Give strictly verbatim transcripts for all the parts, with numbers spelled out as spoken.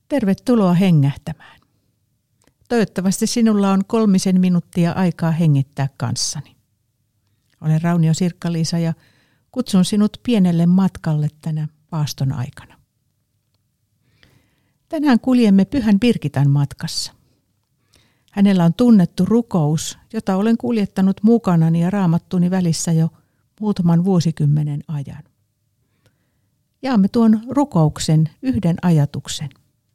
Tervetuloa hengähtämään. Toivottavasti sinulla on kolmisen minuuttia aikaa hengittää kanssani. Olen Raunio Sirkka-Liisa ja kutsun sinut pienelle matkalle tänä paaston aikana. Tänään kuljemme Pyhän Birgitan matkassa. Hänellä on tunnettu rukous, jota olen kuljettanut mukanani ja raamattuni välissä jo muutaman vuosikymmenen ajan. Jaamme tuon rukouksen yhden ajatuksen.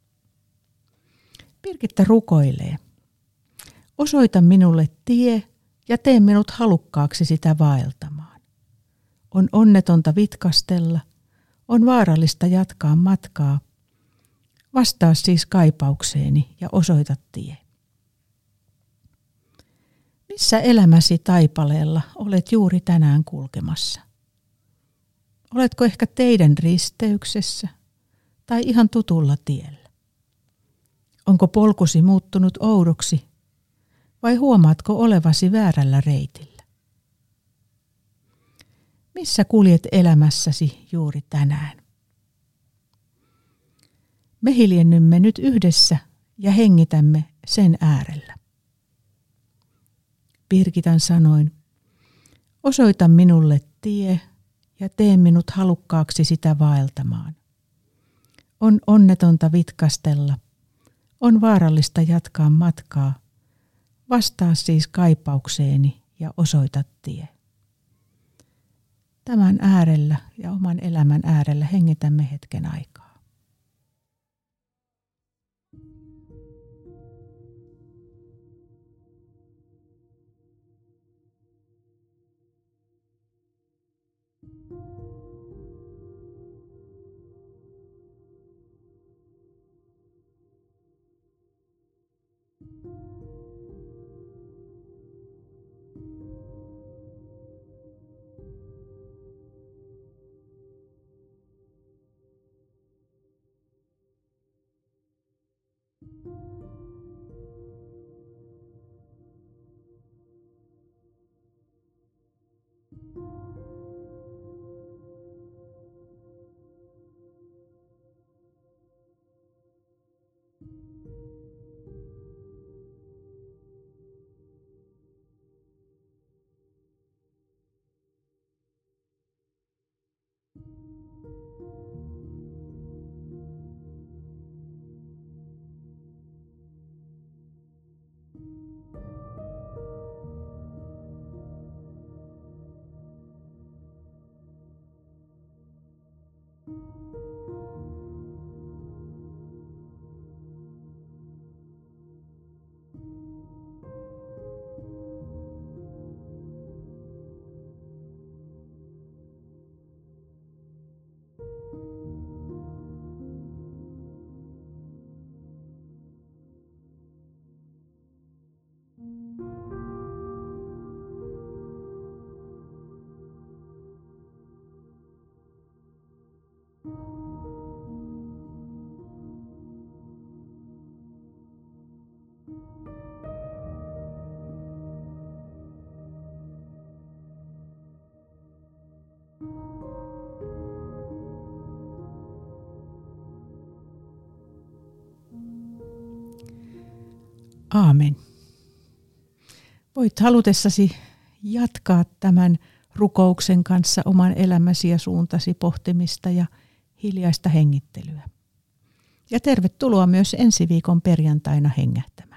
Birgitta rukoilee. Osoita minulle tie ja tee minut halukkaaksi sitä vaeltamaan. On onnetonta vitkastella, on vaarallista jatkaa matkaa. Vastaa siis kaipaukseeni ja osoita tie. Missä elämäsi taipaleella olet juuri tänään kulkemassa? Oletko ehkä teidän risteyksessä tai ihan tutulla tiellä? Onko polkusi muuttunut oudoksi vai huomaatko olevasi väärällä reitillä? Missä kuljet elämässäsi juuri tänään? Me hiljennymme nyt yhdessä ja hengitämme sen äärellä. Birgitan sanoin, osoita minulle tie ja tee minut halukkaaksi sitä vaeltamaan. On onnetonta vitkastella, on vaarallista jatkaa matkaa. Vastaa siis kaipaukseeni ja osoita tie. Tämän äärellä ja oman elämän äärellä hengitämme hetken aikaa. Aamen. Voit halutessasi jatkaa tämän rukouksen kanssa oman elämäsi ja suuntasi pohtimista ja hiljaista hengittelyä. Ja tervetuloa myös ensi viikon perjantaina hengähtämään.